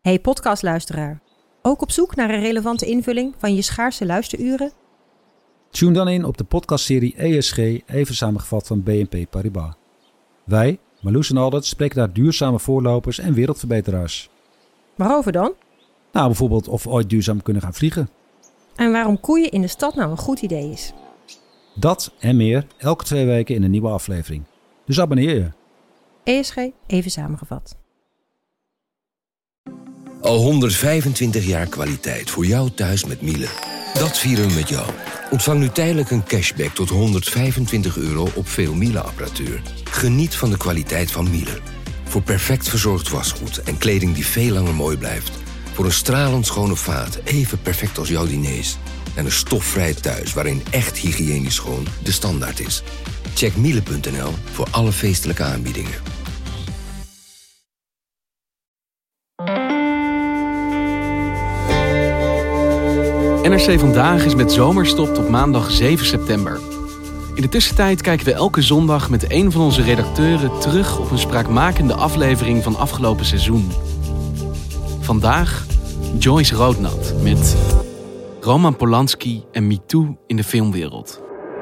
Hey podcastluisteraar, ook op zoek naar een relevante invulling van je schaarse luisteruren? Tune dan in op de podcastserie ESG, even samengevat van BNP Paribas. Wij, Marloes en Aldert, spreken daar duurzame voorlopers en wereldverbeteraars. Waarover dan? Nou, bijvoorbeeld of we ooit duurzaam kunnen gaan vliegen. En waarom koeien in de stad nou een goed idee is. Dat en meer elke 2 weken in een nieuwe aflevering. Dus abonneer je. ESG, even samengevat. Al 125 jaar kwaliteit voor jou thuis met Miele. Dat vieren we met jou. Ontvang nu tijdelijk een cashback tot €125 op veel Miele-apparatuur. Geniet van de kwaliteit van Miele. Voor perfect verzorgd wasgoed en kleding die veel langer mooi blijft. Voor een stralend schone vaat, even perfect als jouw diners. En een stofvrij thuis waarin echt hygiënisch schoon de standaard is. Check miele.nl voor alle feestelijke aanbiedingen. NRC Vandaag is met zomerstop tot maandag 7 september. In de tussentijd kijken we elke zondag met een van onze redacteuren terug op een spraakmakende aflevering van afgelopen seizoen. Vandaag Joyce Roodnat met Roman Polanski en MeToo in de filmwereld.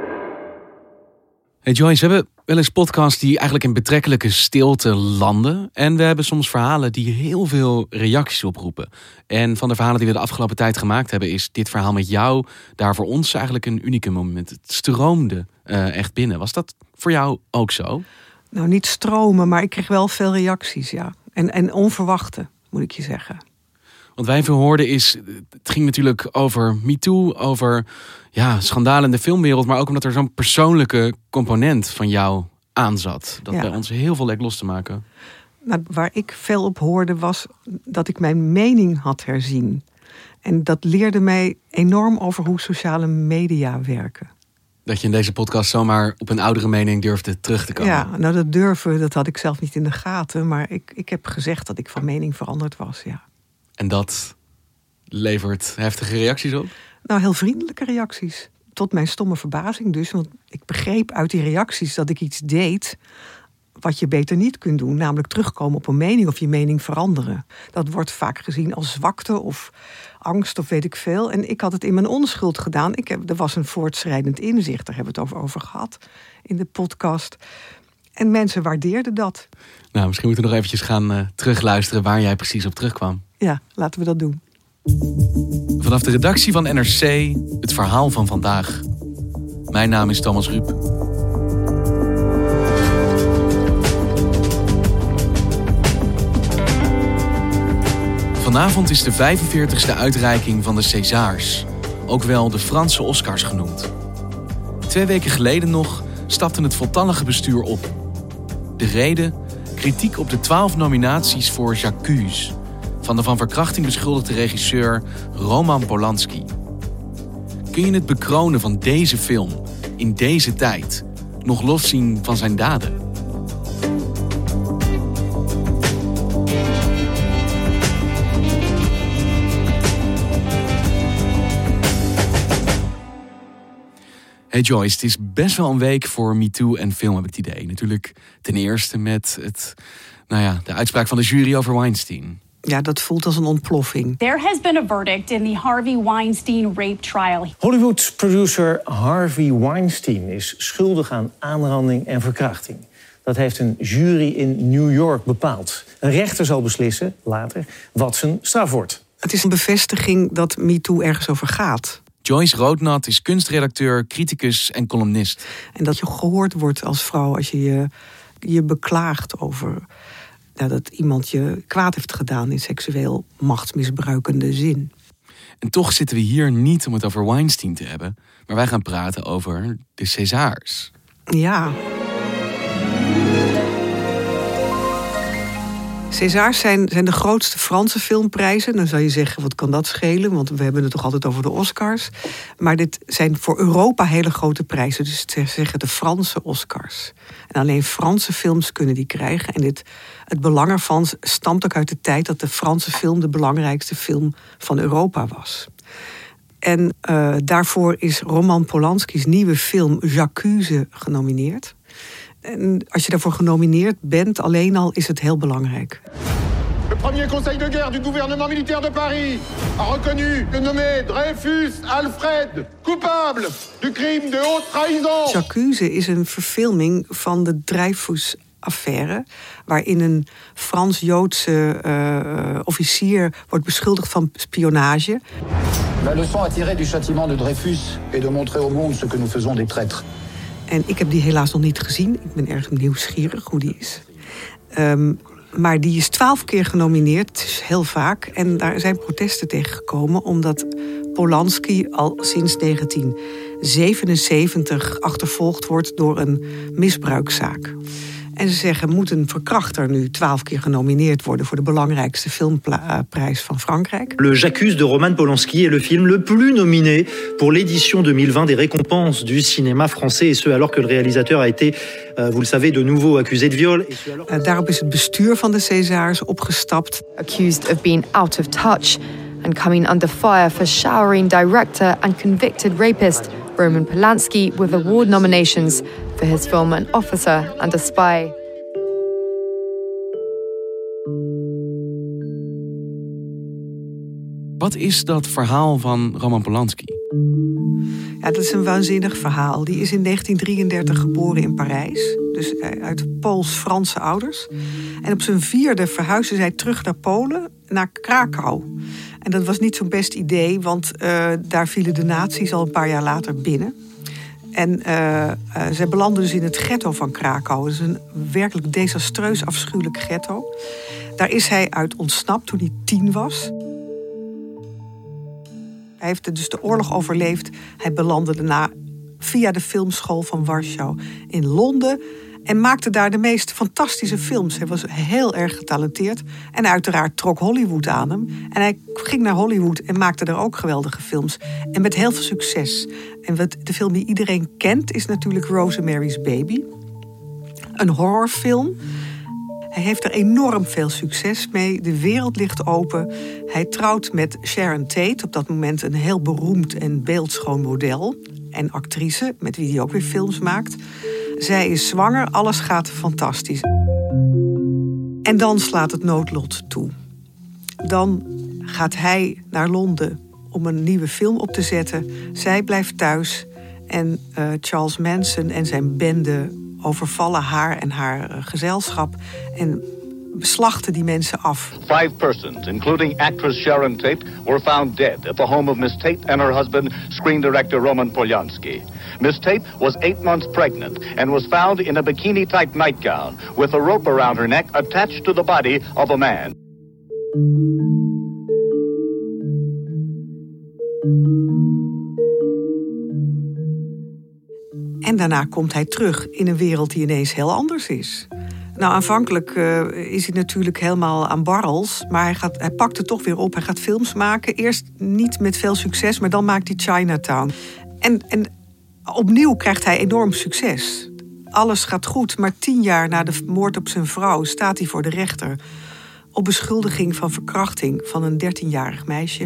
Hey Joyce, we hebben wel eens podcasts die eigenlijk in betrekkelijke stilte landen. En we hebben soms verhalen die heel veel reacties oproepen. En van de verhalen die we de afgelopen tijd gemaakt hebben, is dit verhaal met jou daar voor ons eigenlijk een unicum moment. Het stroomde echt binnen. Was dat voor jou ook zo? Nou, niet stromen, maar ik kreeg wel veel reacties, ja. En onverwachte, moet ik je zeggen. Want wij verhoorden het ging natuurlijk over MeToo, over schandalen in de filmwereld, maar ook omdat er zo'n persoonlijke component van jou aanzat. Dat bij ons heel veel leek los te maken. Nou, waar ik veel op hoorde was dat ik mijn mening had herzien. En dat leerde mij enorm over hoe sociale media werken. Dat je in deze podcast zomaar op een oudere mening durfde terug te komen. Ja, nou dat durven, dat had ik zelf niet in de gaten. Maar ik heb gezegd dat ik van mening veranderd was, ja. En dat levert heftige reacties op? Nou, heel vriendelijke reacties. Tot mijn stomme verbazing dus. Want ik begreep uit die reacties dat ik iets deed wat je beter niet kunt doen. Namelijk terugkomen op een mening of je mening veranderen. Dat wordt vaak gezien als zwakte of angst of weet ik veel. En ik had het in mijn onschuld gedaan. Er was een voortschrijdend inzicht. Daar hebben we het over gehad in de podcast. En mensen waardeerden dat. Nou, misschien moeten we nog eventjes gaan terugluisteren waar jij precies op terugkwam. Ja, laten we dat doen. Vanaf de redactie van NRC, het verhaal van vandaag. Mijn naam is Thomas Ruip. Vanavond is de 45e uitreiking van de Césars. Ook wel de Franse Oscars genoemd. 2 weken geleden nog stapte het voltallige bestuur op. De reden? Kritiek op de 12 nominaties voor J'accuse van de van verkrachting beschuldigde regisseur Roman Polanski. Kun je het bekronen van deze film in deze tijd nog loszien van zijn daden? Hey Joyce, het is best wel een week voor MeToo en film, heb ik het idee. Natuurlijk ten eerste met de uitspraak van de jury over Weinstein. Ja, dat voelt als een ontploffing. There has been a verdict in the Harvey Weinstein rape trial. Hollywood-producer Harvey Weinstein is schuldig aan aanranding en verkrachting. Dat heeft een jury in New York bepaald. Een rechter zal beslissen, later, wat zijn straf wordt. Het is een bevestiging dat MeToo ergens over gaat. Joyce Roodnat is kunstredacteur, criticus en columnist. En dat je gehoord wordt als vrouw als je je beklaagt over dat iemand je kwaad heeft gedaan in seksueel machtsmisbruikende zin. En toch zitten we hier niet om het over Weinstein te hebben, maar wij gaan praten over de Césars. Ja. Césars zijn de grootste Franse filmprijzen. Dan zou je zeggen, wat kan dat schelen? Want we hebben het toch altijd over de Oscars. Maar dit zijn voor Europa hele grote prijzen. Dus ze zeggen de Franse Oscars. En alleen Franse films kunnen die krijgen. En het belang ervan stamt ook uit de tijd dat de Franse film de belangrijkste film van Europa was. En daarvoor is Roman Polanski's nieuwe film J'accuse genomineerd. En als je daarvoor genomineerd bent, alleen al is het heel belangrijk. Le premier conseil de guerre du gouvernement militaire de Paris a reconnu le nommé Dreyfus Alfred coupable du crime de haute trahison. J'accuse is een verfilming van de Dreyfus-affaire, waarin een Frans-Joodse officier wordt beschuldigd van spionage. La leçon à tirer du châtiment de Dreyfus est de montrer au monde ce que nous faisons des traîtres. En ik heb die helaas nog niet gezien. Ik ben erg nieuwsgierig hoe die is. Maar die is 12 keer genomineerd, het is heel vaak. En daar zijn protesten tegen gekomen, omdat Polanski al sinds 1977 achtervolgd wordt door een misbruikzaak. En ze zeggen, moet een verkrachter nu 12 keer genomineerd worden voor de belangrijkste filmprijs van Frankrijk? Le J'accuse de Roman Polanski est le film le plus nominé pour l'édition 2020 des récompenses du cinéma français. Et ce, alors que le réalisateur a été, vous le savez, de nouveau accusé de viol. Daarop is het bestuur van de Césars opgestapt. Accused of being out of touch and coming under fire for showering director and convicted rapist Roman Polanski with award nominations for his film An Officer and a Spy. Wat is dat verhaal van Roman Polanski? Ja, dat is een waanzinnig verhaal. Die is in 1933 geboren in Parijs. Dus uit Pools-Franse ouders. En op zijn 4e verhuisde zij terug naar Polen, naar Krakau. En dat was niet zo'n best idee, want daar vielen de nazi's al een paar jaar later binnen. En zij belanden dus in het ghetto van Krakau. Dat is een werkelijk desastreus, afschuwelijk ghetto. Daar is hij uit ontsnapt toen hij 10 was. Hij heeft dus de oorlog overleefd. Hij belandde daarna via de filmschool van Warschau in Londen en maakte daar de meest fantastische films. Hij was heel erg getalenteerd. En uiteraard trok Hollywood aan hem. En hij ging naar Hollywood en maakte daar ook geweldige films. En met heel veel succes. En de film die iedereen kent is natuurlijk Rosemary's Baby. Een horrorfilm. Hij heeft er enorm veel succes mee. De wereld ligt open. Hij trouwt met Sharon Tate, op dat moment een heel beroemd en beeldschoon model. En actrice, met wie hij ook weer films maakt. Zij is zwanger, alles gaat fantastisch. En dan slaat het noodlot toe. Dan gaat hij naar Londen om een nieuwe film op te zetten. Zij blijft thuis en Charles Manson en zijn bende overvallen haar en haar gezelschap en beslachten die mensen af. 5 persons, including actress Sharon Tate, were found dead at the home of Miss Tate and her husband, screen director Roman Polanski. Miss Tate was 8 months pregnant and was found in a bikini-type nightgown with a rope around her neck attached to the body of a man. En daarna komt hij terug in een wereld die ineens heel anders is. Nou, aanvankelijk is hij natuurlijk helemaal aan barrels. Maar hij pakt het toch weer op. Hij gaat films maken. Eerst niet met veel succes, maar dan maakt hij Chinatown. En opnieuw krijgt hij enorm succes. Alles gaat goed, maar 10 jaar na de moord op zijn vrouw staat hij voor de rechter op beschuldiging van verkrachting van een 13-jarig meisje.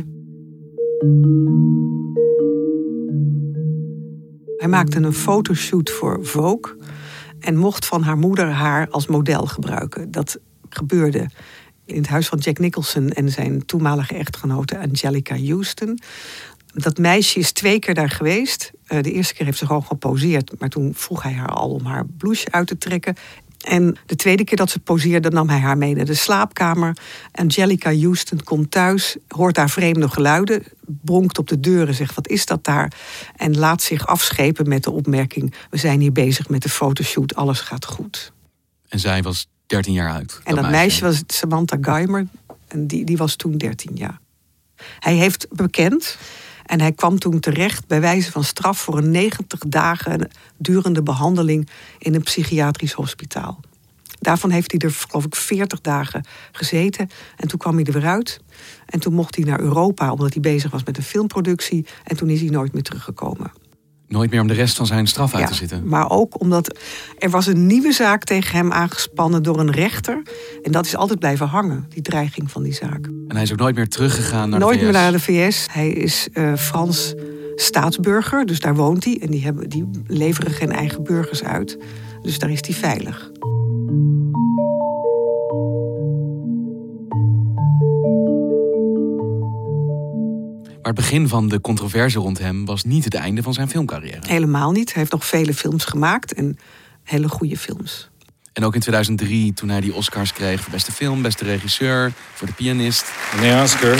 Hij maakte een fotoshoot voor Vogue en mocht van haar moeder haar als model gebruiken. Dat gebeurde in het huis van Jack Nicholson en zijn toenmalige echtgenote Angelica Houston. Dat meisje is 2 keer daar geweest. De eerste keer heeft ze gewoon geposeerd, maar toen vroeg hij haar al om haar blouseje uit te trekken. En de tweede keer dat ze poseerde, nam hij haar mee naar de slaapkamer. Angelica Houston komt thuis, hoort daar vreemde geluiden, bronkt op de deur en zegt, wat is dat daar? En laat zich afschepen met de opmerking, we zijn hier bezig met de fotoshoot, alles gaat goed. En zij was 13 jaar oud. En dat meisje was Samantha Geimer en die was toen 13 jaar. Hij heeft bekend en hij kwam toen terecht bij wijze van straf voor een 90 dagen durende behandeling in een psychiatrisch hospitaal. Daarvan heeft hij er, geloof ik, 40 dagen gezeten. En toen kwam hij er weer uit. En toen mocht hij naar Europa, omdat hij bezig was met een filmproductie. En toen is hij nooit meer teruggekomen. Nooit meer om de rest van zijn straf uit te zitten. Maar ook omdat er was een nieuwe zaak tegen hem aangespannen door een rechter. En dat is altijd blijven hangen, die dreiging van die zaak. En hij is ook nooit meer teruggegaan naar de VS? Nooit meer naar de VS. Hij is Frans staatsburger, dus daar woont hij. En die leveren geen eigen burgers uit. Dus daar is hij veilig. Maar het begin van de controverse rond hem was niet het einde van zijn filmcarrière. Helemaal niet. Hij heeft nog vele films gemaakt en hele goede films. En ook in 2003, toen hij die Oscars kreeg voor beste film, beste regisseur, voor De Pianist. And the Oscar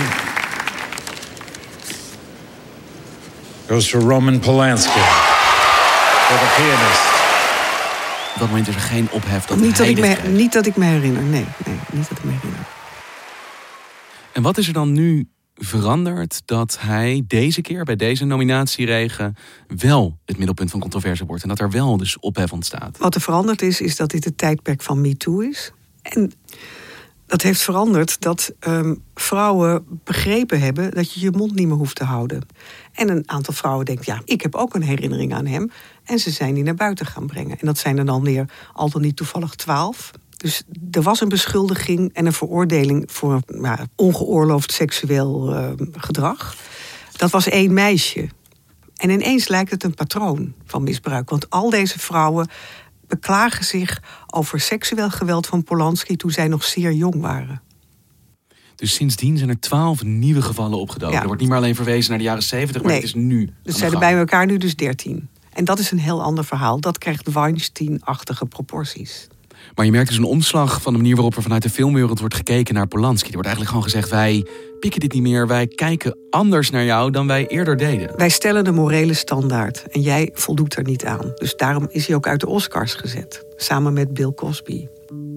goes to Roman Polanski for The Pianist. Op dat moment is er geen ophef dat niet hij niet dat ik me herinner. Nee, niet dat ik me herinner. En wat is er dan nu veranderd dat hij deze keer bij deze nominatieregen wel het middelpunt van controverse wordt en dat er wel dus ophef ontstaat? Wat er veranderd is dat dit het tijdperk van MeToo is. En dat heeft veranderd dat vrouwen begrepen hebben dat je je mond niet meer hoeft te houden. En een aantal vrouwen denkt, ja, ik heb ook een herinnering aan hem. En ze zijn die naar buiten gaan brengen. En dat zijn er dan weer al dan niet toevallig 12. Dus er was een beschuldiging en een veroordeling voor ongeoorloofd seksueel gedrag. Dat was 1 meisje. En ineens lijkt het een patroon van misbruik. Want al deze vrouwen beklagen zich over seksueel geweld van Polanski toen zij nog zeer jong waren. Dus sindsdien zijn er 12 nieuwe gevallen opgedoken. Ja. Er wordt niet meer alleen verwezen naar de jaren 70, maar het is nu. Dus zijn er bij elkaar nu dus 13. En dat is een heel ander verhaal. Dat krijgt Weinstein-achtige proporties. Maar je merkt dus een omslag van de manier waarop er vanuit de filmwereld wordt gekeken naar Polanski. Er wordt eigenlijk gewoon gezegd, wij pikken dit niet meer. Wij kijken anders naar jou dan wij eerder deden. Wij stellen de morele standaard en jij voldoet er niet aan. Dus daarom is hij ook uit de Oscars gezet. Samen met Bill Cosby.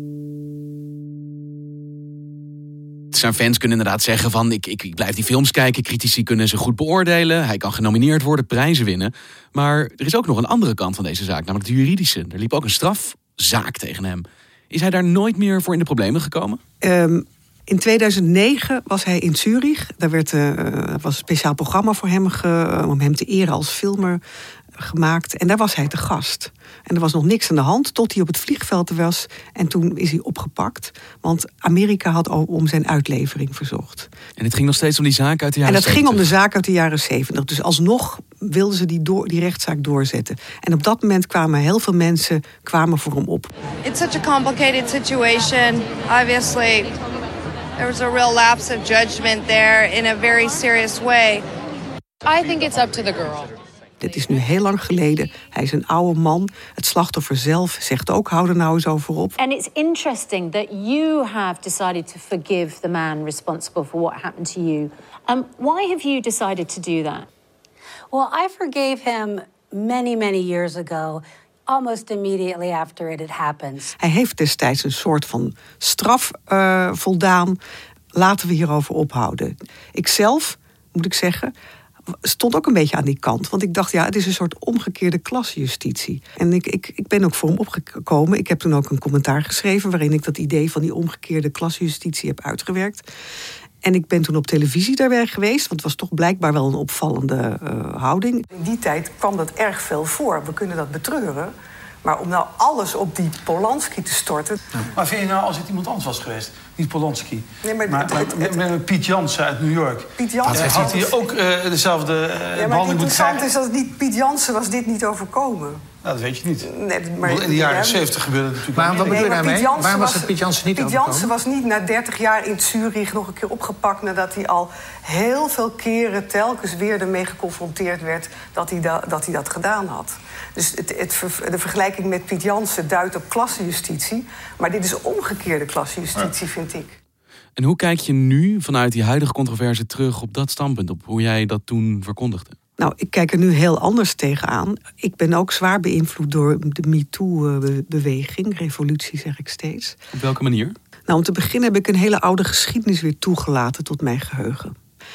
Zijn fans kunnen inderdaad zeggen van ik blijf die films kijken. Critici kunnen ze goed beoordelen. Hij kan genomineerd worden, prijzen winnen. Maar er is ook nog een andere kant van deze zaak. Namelijk de juridische. Er liep ook een strafzaak tegen hem. Is hij daar nooit meer voor in de problemen gekomen? In 2009 was hij in Zurich. Daar was een speciaal programma voor hem om hem te eren als filmer gemaakt. En daar was hij te gast. En er was nog niks aan de hand tot hij op het vliegveld was. En toen is hij opgepakt. Want Amerika had om zijn uitlevering verzocht. En het ging nog steeds om die zaak uit de jaren 70? En het ging om de zaak uit de jaren 70. Dus alsnog wilden ze die rechtszaak doorzetten. En op dat moment kwamen heel veel mensen voor hem op. It's such a complicated situation. Obviously, there was a real lapse of judgment there in a very serious way. I think it's up to the girl. Dit is nu heel lang geleden. Hij is een oude man. Het slachtoffer zelf zegt ook, hou er nou eens over op. And it's interesting that you have decided to forgive the man responsible for what happened to you. Why have you decided to do that? Well, I forgave him many, many years ago. Almost immediately after it had happened. Hij heeft destijds een soort van straf voldaan. Laten we hierover ophouden. Ikzelf, moet ik zeggen, stond ook een beetje aan die kant. Want ik dacht, het is een soort omgekeerde klasjustitie. En ik ben ook voor hem opgekomen. Ik heb toen ook een commentaar geschreven waarin ik dat idee van die omgekeerde klasjustitie heb uitgewerkt. En ik ben toen op televisie daarbij geweest, want het was toch blijkbaar wel een opvallende houding. In die tijd kwam dat erg veel voor. We kunnen dat betreuren. Maar om nou alles op die Polanski te storten. Maar vind je nou, als het iemand anders was geweest, niet Polanski, nee, maar Piet Jansen uit New York. Piet Jansen had hij ook dezelfde behandeling moeten krijgen? Het interessante is dat niet Piet Jansen was dit niet overkomen. Nou, dat weet je niet. Nee, maar in de jaren 70 gebeurde het natuurlijk. Maar wat bedoel je daarmee? Waarom was het Piet Jansen niet overkomen? Piet Jansen was niet na 30 jaar in Zurich nog een keer opgepakt nadat hij al heel veel keren telkens weer ermee geconfronteerd werd dat hij dat gedaan had. Dus de vergelijking met Piet Jansen duidt op klassenjustitie. Maar dit is omgekeerde klassenjustitie, vind ik. En hoe kijk je nu vanuit die huidige controverse terug op dat standpunt? Op hoe jij dat toen verkondigde? Nou, ik kijk er nu heel anders tegenaan. Ik ben ook zwaar beïnvloed door de MeToo-beweging. Revolutie, zeg ik steeds. Op welke manier? Nou, om te beginnen heb ik een hele oude geschiedenis weer toegelaten tot mijn geheugen.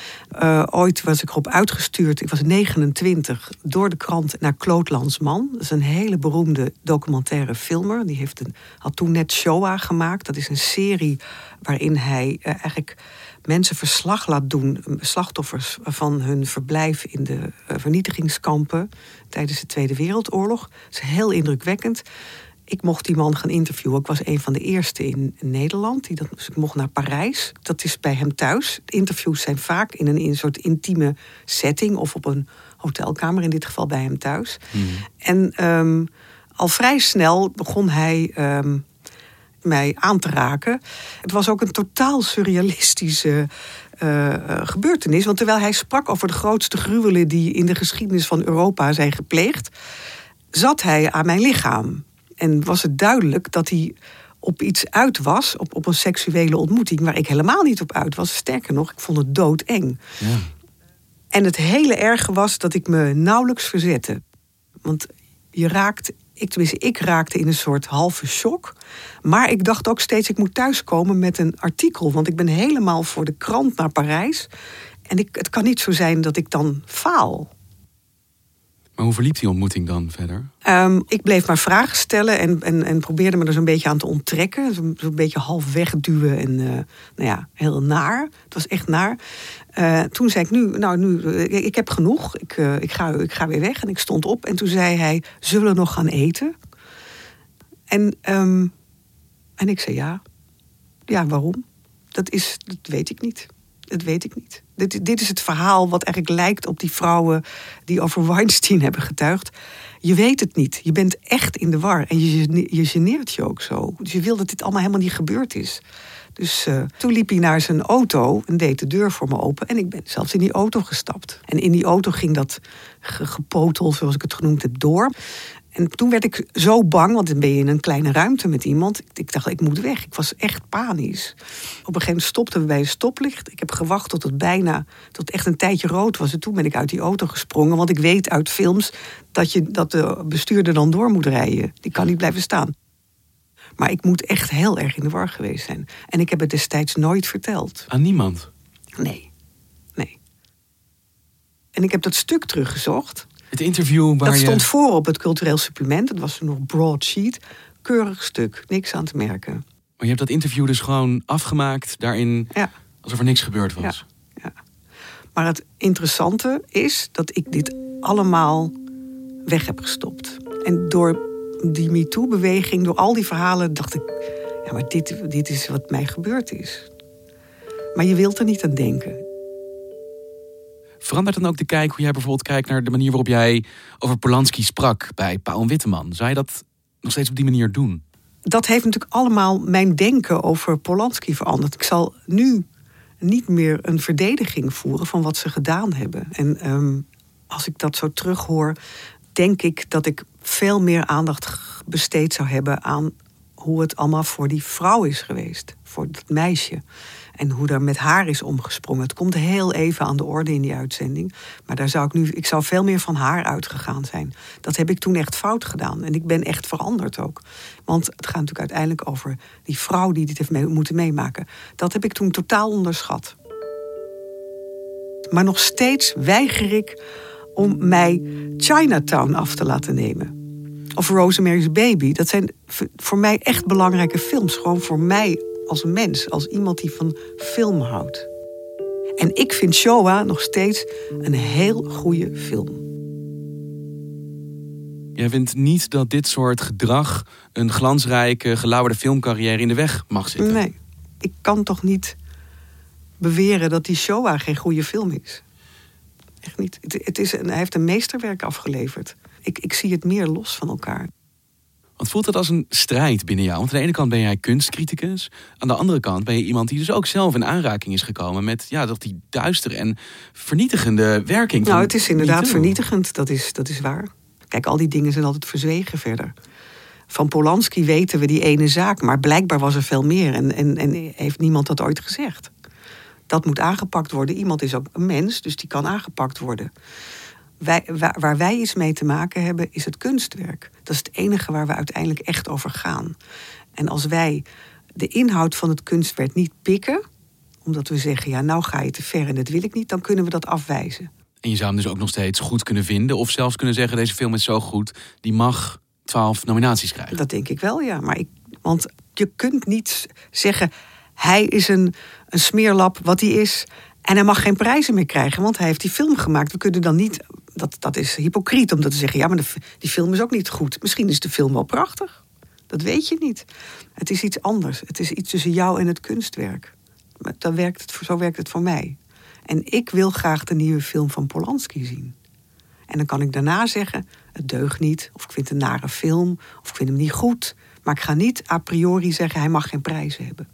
Ooit was ik erop uitgestuurd, ik was 29, door de krant naar Claude Lanzmann. Dat is een hele beroemde documentaire filmer. Die had toen net Shoah gemaakt. Dat is een serie waarin hij eigenlijk mensen verslag laat doen, slachtoffers van hun verblijf in de vernietigingskampen tijdens de Tweede Wereldoorlog. Dat is heel indrukwekkend. Ik mocht die man gaan interviewen. Ik was een van de eerste in Nederland. Dus ik mocht naar Parijs. Dat is bij hem thuis. De interviews zijn vaak in een soort intieme setting of op een hotelkamer, in dit geval bij hem thuis. En al vrij snel begon hij mij aan te raken. Het was ook een totaal surrealistische gebeurtenis. Want terwijl hij sprak over de grootste gruwelen die in de geschiedenis van Europa zijn gepleegd, zat hij aan mijn lichaam. En was het duidelijk dat hij op iets uit was, op een seksuele ontmoeting waar ik helemaal niet op uit was. Sterker nog, ik vond het doodeng. Ja. En het hele erge was dat ik me nauwelijks verzette. Want ik raakte in een soort halve shock. Maar ik dacht ook steeds, ik moet thuiskomen met een artikel. Want ik ben helemaal voor de krant naar Parijs. En het kan niet zo zijn dat ik dan faal. Maar hoe verliep die ontmoeting dan verder? Ik bleef maar vragen stellen en probeerde me er zo'n beetje aan te onttrekken. Zo'n beetje half wegduwen en heel naar. Het was echt naar. Toen zei ik, ik heb genoeg. Ik ga weer weg. En ik stond op en toen zei hij, zullen we nog gaan eten? En ik zei ja. Ja, waarom? Dat weet ik niet. Dat weet ik niet. Dit is het verhaal wat eigenlijk lijkt op die vrouwen die over Weinstein hebben getuigd. Je weet het niet. Je bent echt in de war. En je geneert je ook zo. Dus je wil dat dit allemaal helemaal niet gebeurd is. Dus toen liep hij naar zijn auto en deed de deur voor me open. En ik ben zelfs in die auto gestapt. En in die auto ging dat gepotel, zoals ik het genoemd heb, door. En toen werd ik zo bang, want dan ben je in een kleine ruimte met iemand. Ik dacht, ik moet weg. Ik was echt panisch. Op een gegeven moment stopten we bij een stoplicht. Ik heb gewacht tot het echt een tijdje rood was. En toen ben ik uit die auto gesprongen. Want ik weet uit films dat de bestuurder dan door moet rijden. Die kan niet blijven staan. Maar ik moet echt heel erg in de war geweest zijn. En ik heb het destijds nooit verteld. Aan niemand? Nee. En ik heb dat stuk teruggezocht. Het interview waar dat stond voor op het cultureel supplement. Dat was nog broadsheet. Keurig stuk. Niks aan te merken. Maar je hebt dat interview dus gewoon afgemaakt daarin, alsof er niks gebeurd was. Ja. Maar het interessante is dat ik dit allemaal weg heb gestopt. En door die MeToo-beweging, door al die verhalen, dacht ik, ja, maar dit is wat mij gebeurd is. Maar je wilt er niet aan denken. Verandert dan ook de kijk hoe jij bijvoorbeeld kijkt naar de manier waarop jij over Polanski sprak bij Pauw en Witteman? Zou je dat nog steeds op die manier doen? Dat heeft natuurlijk allemaal mijn denken over Polanski veranderd. Ik zal nu niet meer een verdediging voeren van wat ze gedaan hebben. En als ik dat zo terughoor, denk ik dat ik veel meer aandacht besteed zou hebben aan hoe het allemaal voor die vrouw is geweest. Voor dat meisje. En hoe er met haar is omgesprongen. Het komt heel even aan de orde in die uitzending. Maar ik zou veel meer van haar uitgegaan zijn. Dat heb ik toen echt fout gedaan. En ik ben echt veranderd ook. Want het gaat natuurlijk uiteindelijk over die vrouw die dit heeft moeten meemaken. Dat heb ik toen totaal onderschat. Maar nog steeds weiger ik om mij Chinatown af te laten nemen. Of Rosemary's Baby. Dat zijn voor mij echt belangrijke films. Gewoon voor mij als mens. Als iemand die van film houdt. En ik vind Shoah nog steeds een heel goede film. Jij vindt niet dat dit soort gedrag een glansrijke, gelauwerde filmcarrière in de weg mag zitten? Nee. Ik kan toch niet beweren dat die Shoah geen goede film is. Echt niet. Hij heeft een meesterwerk afgeleverd. Ik zie het meer los van elkaar. Want voelt dat als een strijd binnen jou? Want aan de ene kant ben jij kunstcriticus. Aan de andere kant ben je iemand die dus ook zelf in aanraking is gekomen met die duistere en vernietigende werking. Nou, het is inderdaad vernietigend. Dat is waar. Kijk, al die dingen zijn altijd verzwegen verder. Van Polanski weten we die ene zaak, maar blijkbaar was er veel meer. En heeft niemand dat ooit gezegd. Dat moet aangepakt worden. Iemand is ook een mens, dus die kan aangepakt worden. Waar wij iets mee te maken hebben, is het kunstwerk. Dat is het enige waar we uiteindelijk echt over gaan. En als wij de inhoud van het kunstwerk niet pikken, omdat we zeggen, ja, nou ga je te ver en dat wil ik niet, dan kunnen we dat afwijzen. En je zou hem dus ook nog steeds goed kunnen vinden, of zelfs kunnen zeggen, deze film is zo goed, die mag 12 nominaties krijgen. Dat denk ik wel, ja. Want je kunt niet zeggen, hij is een smeerlap wat hij is, en hij mag geen prijzen meer krijgen, want hij heeft die film gemaakt. We kunnen dan niet, dat is hypocriet om dat te zeggen, ja, maar die film is ook niet goed. Misschien is de film wel prachtig. Dat weet je niet. Het is iets anders. Het is iets tussen jou en het kunstwerk. Zo werkt het voor mij. En ik wil graag de nieuwe film van Polanski zien. En dan kan ik daarna zeggen, het deugt niet, of ik vind het een nare film, of ik vind hem niet goed. Maar ik ga niet a priori zeggen, hij mag geen prijzen hebben.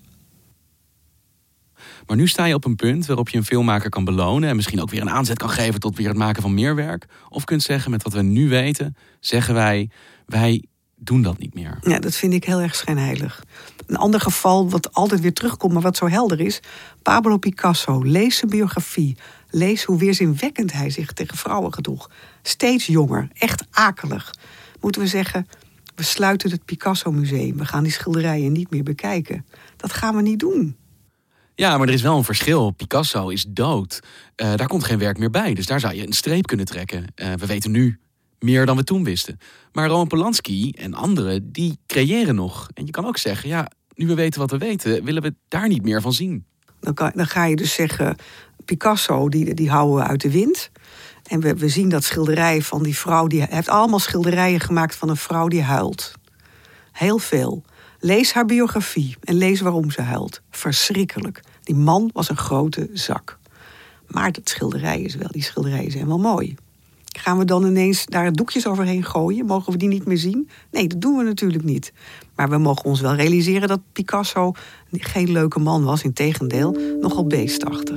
Maar nu sta je op een punt waarop je een filmmaker kan belonen... en misschien ook weer een aanzet kan geven tot weer het maken van meer werk. Of kunt zeggen, met wat we nu weten, zeggen wij doen dat niet meer. Ja, dat vind ik heel erg schijnheilig. Een ander geval wat altijd weer terugkomt, maar wat zo helder is... Pablo Picasso, lees zijn biografie. Lees hoe weerzinwekkend hij zich tegen vrouwen gedroeg. Steeds jonger, echt akelig. Moeten we zeggen, we sluiten het Picasso-museum. We gaan die schilderijen niet meer bekijken. Dat gaan we niet doen. Ja, maar er is wel een verschil. Picasso is dood. Daar komt geen werk meer bij. Dus daar zou je een streep kunnen trekken. We weten nu meer dan we toen wisten. Maar Roman Polanski en anderen, die creëren nog. En je kan ook zeggen, ja, nu we weten wat we weten... willen we daar niet meer van zien. Dan ga je dus zeggen, Picasso, die houden we uit de wind. En we zien dat schilderij van die vrouw... Hij heeft allemaal schilderijen gemaakt van een vrouw die huilt. Heel veel. Lees haar biografie en lees waarom ze huilt. Verschrikkelijk. Die man was een grote zak. Maar die schilderijen zijn wel mooi. Gaan we dan ineens daar doekjes overheen gooien? Mogen we die niet meer zien? Nee, dat doen we natuurlijk niet. Maar we mogen ons wel realiseren dat Picasso geen leuke man was. Integendeel, nogal beestachtig.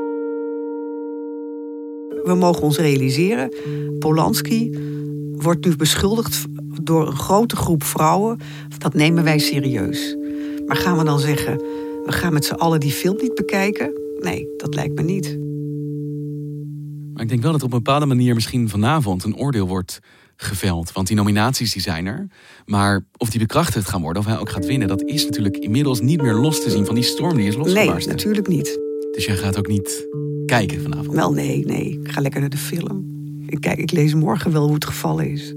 We mogen ons realiseren, Polanski wordt nu beschuldigd door een grote groep vrouwen. Dat nemen wij serieus. Maar gaan we dan zeggen, we gaan met z'n allen die film niet bekijken? Nee, dat lijkt me niet. Maar ik denk wel dat op een bepaalde manier misschien vanavond een oordeel wordt geveld. Want die nominaties die zijn er. Maar of die bekrachtigd gaan worden, of hij ook gaat winnen... dat is natuurlijk inmiddels niet meer los te zien van die storm die is losgebarsten. Nee, natuurlijk niet. Dus jij gaat ook niet kijken vanavond? Wel, nee. Ik ga lekker naar de film. Ik lees morgen wel hoe het gevallen is.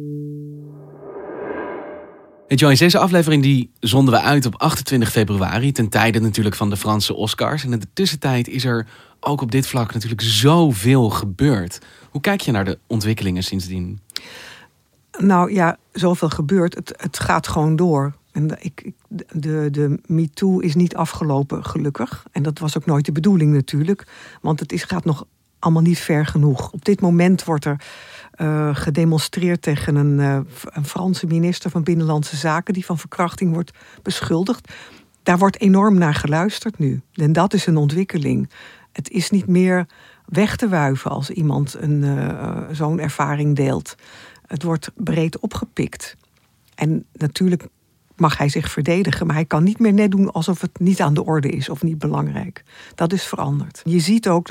Hey Joyce, deze aflevering die zonden we uit op 28 februari... ten tijde natuurlijk van de Franse Oscars. En in de tussentijd is er ook op dit vlak natuurlijk zoveel gebeurd. Hoe kijk je naar de ontwikkelingen sindsdien? Nou ja, zoveel gebeurt. Het gaat gewoon door. En de MeToo is niet afgelopen, gelukkig. En dat was ook nooit de bedoeling natuurlijk. Want het gaat nog allemaal niet ver genoeg. Op dit moment wordt er gedemonstreerd tegen een Franse minister van Binnenlandse Zaken... die van verkrachting wordt beschuldigd. Daar wordt enorm naar geluisterd nu. En dat is een ontwikkeling. Het is niet meer weg te wuiven als iemand zo'n ervaring deelt. Het wordt breed opgepikt. En natuurlijk mag hij zich verdedigen, maar hij kan niet meer net doen alsof het niet aan de orde is of niet belangrijk. Dat is veranderd. Je ziet ook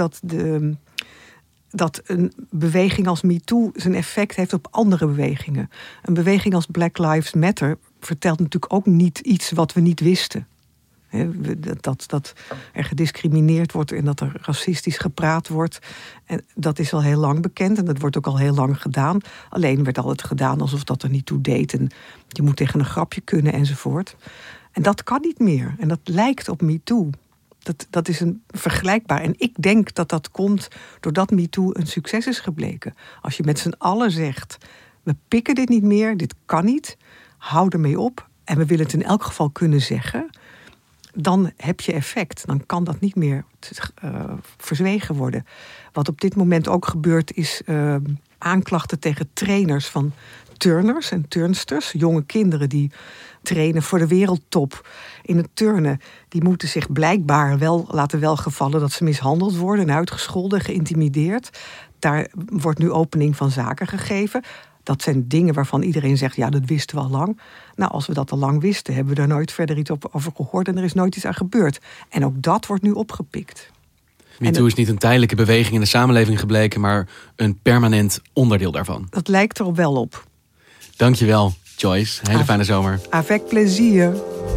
dat een beweging als MeToo zijn effect heeft op andere bewegingen. Een beweging als Black Lives Matter vertelt natuurlijk ook niet iets wat we niet wisten. Dat er gediscrimineerd wordt en dat er racistisch gepraat wordt. En dat is al heel lang bekend en dat wordt ook al heel lang gedaan. Alleen werd altijd gedaan alsof dat er niet toe deed. En je moet tegen een grapje kunnen enzovoort. En dat kan niet meer. En dat lijkt op MeToo. Dat is een vergelijkbaar. En ik denk dat dat komt doordat MeToo een succes is gebleken. Als je met z'n allen zegt, we pikken dit niet meer, dit kan niet. Hou ermee op. En we willen het in elk geval kunnen zeggen. Dan heb je effect. Dan kan dat niet meer verzwegen worden. Wat op dit moment ook gebeurt is aanklachten tegen trainers van turners en turnsters. Jonge kinderen die trainen voor de wereldtop in het turnen. Die moeten zich blijkbaar wel laten welgevallen dat ze mishandeld worden en uitgescholden, geïntimideerd. Daar wordt nu opening van zaken gegeven. Dat zijn dingen waarvan iedereen zegt, ja, dat wisten we al lang. Nou, als we dat al lang wisten, hebben we daar nooit verder iets over gehoord en er is nooit iets aan gebeurd. En ook dat wordt nu opgepikt. MeToo is niet een tijdelijke beweging in de samenleving gebleken, maar een permanent onderdeel daarvan. Dat lijkt er wel op. Dankjewel, Joyce. Hele fijne zomer. Avec plezier.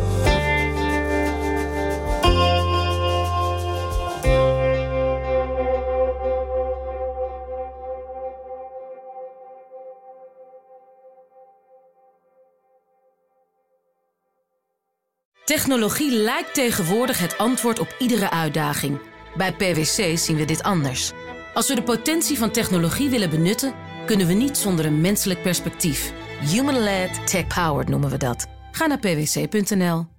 Technologie lijkt tegenwoordig het antwoord op iedere uitdaging. Bij PwC zien we dit anders. Als we de potentie van technologie willen benutten, kunnen we niet zonder een menselijk perspectief. Human-led, tech-powered noemen we dat. Ga naar pwc.nl.